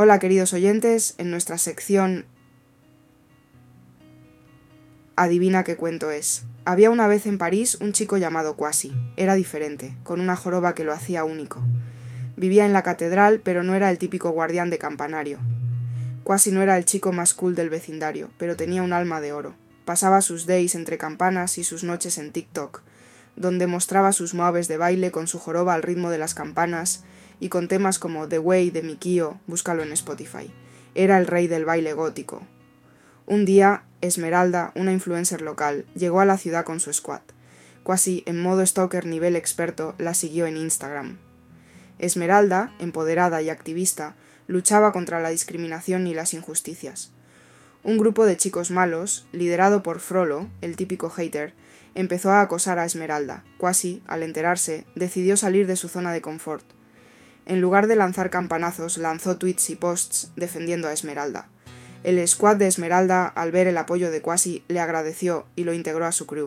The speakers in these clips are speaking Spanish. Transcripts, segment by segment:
Hola queridos oyentes, en nuestra sección Adivina qué cuento es. Había una vez en París un chico llamado Quasi. Era diferente, con una joroba que lo hacía único. Vivía en la catedral, pero no era el típico guardián de campanario. Quasi no era el chico más cool del vecindario, pero tenía un alma de oro. Pasaba sus days entre campanas y sus noches en TikTok, donde mostraba sus moves de baile con su joroba al ritmo de las campanas y con temas como The Way de Mikio, búscalo en Spotify. Era el rey del baile gótico. Un día, Esmeralda, una influencer local, llegó a la ciudad con su squad. Quasi, en modo stalker nivel experto, la siguió en Instagram. Esmeralda, empoderada y activista, luchaba contra la discriminación y las injusticias. Un grupo de chicos malos, liderado por Frollo, el típico hater, empezó a acosar a Esmeralda. Quasi, al enterarse, decidió salir de su zona de confort. En lugar de lanzar campanazos, lanzó tweets y posts defendiendo a Esmeralda. El squad de Esmeralda, al ver el apoyo de Quasi, le agradeció y lo integró a su crew.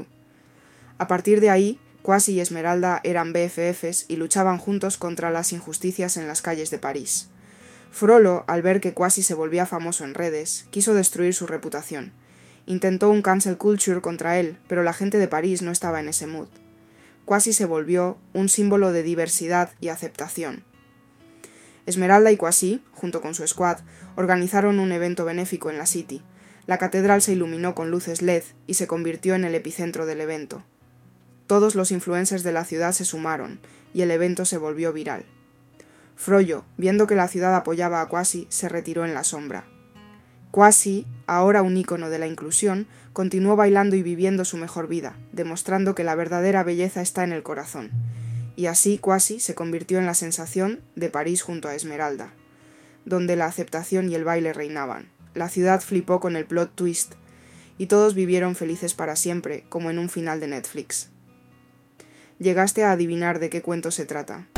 A partir de ahí, Quasi y Esmeralda eran BFFs y luchaban juntos contra las injusticias en las calles de París. Frollo, al ver que Quasi se volvía famoso en redes, quiso destruir su reputación. Intentó un cancel culture contra él, pero la gente de París no estaba en ese mood. Quasi se volvió un símbolo de diversidad y aceptación. Esmeralda y Quasi, junto con su squad, organizaron un evento benéfico en la City. La catedral se iluminó con luces LED y se convirtió en el epicentro del evento. Todos los influencers de la ciudad se sumaron, y el evento se volvió viral. Frollo, viendo que la ciudad apoyaba a Quasi, se retiró en la sombra. Quasi, ahora un ícono de la inclusión, continuó bailando y viviendo su mejor vida, demostrando que la verdadera belleza está en el corazón. Y así Quasi se convirtió en la sensación de París junto a Esmeralda, donde la aceptación y el baile reinaban. La ciudad flipó con el plot twist, y todos vivieron felices para siempre, como en un final de Netflix. ¿Llegaste a adivinar de qué cuento se trata?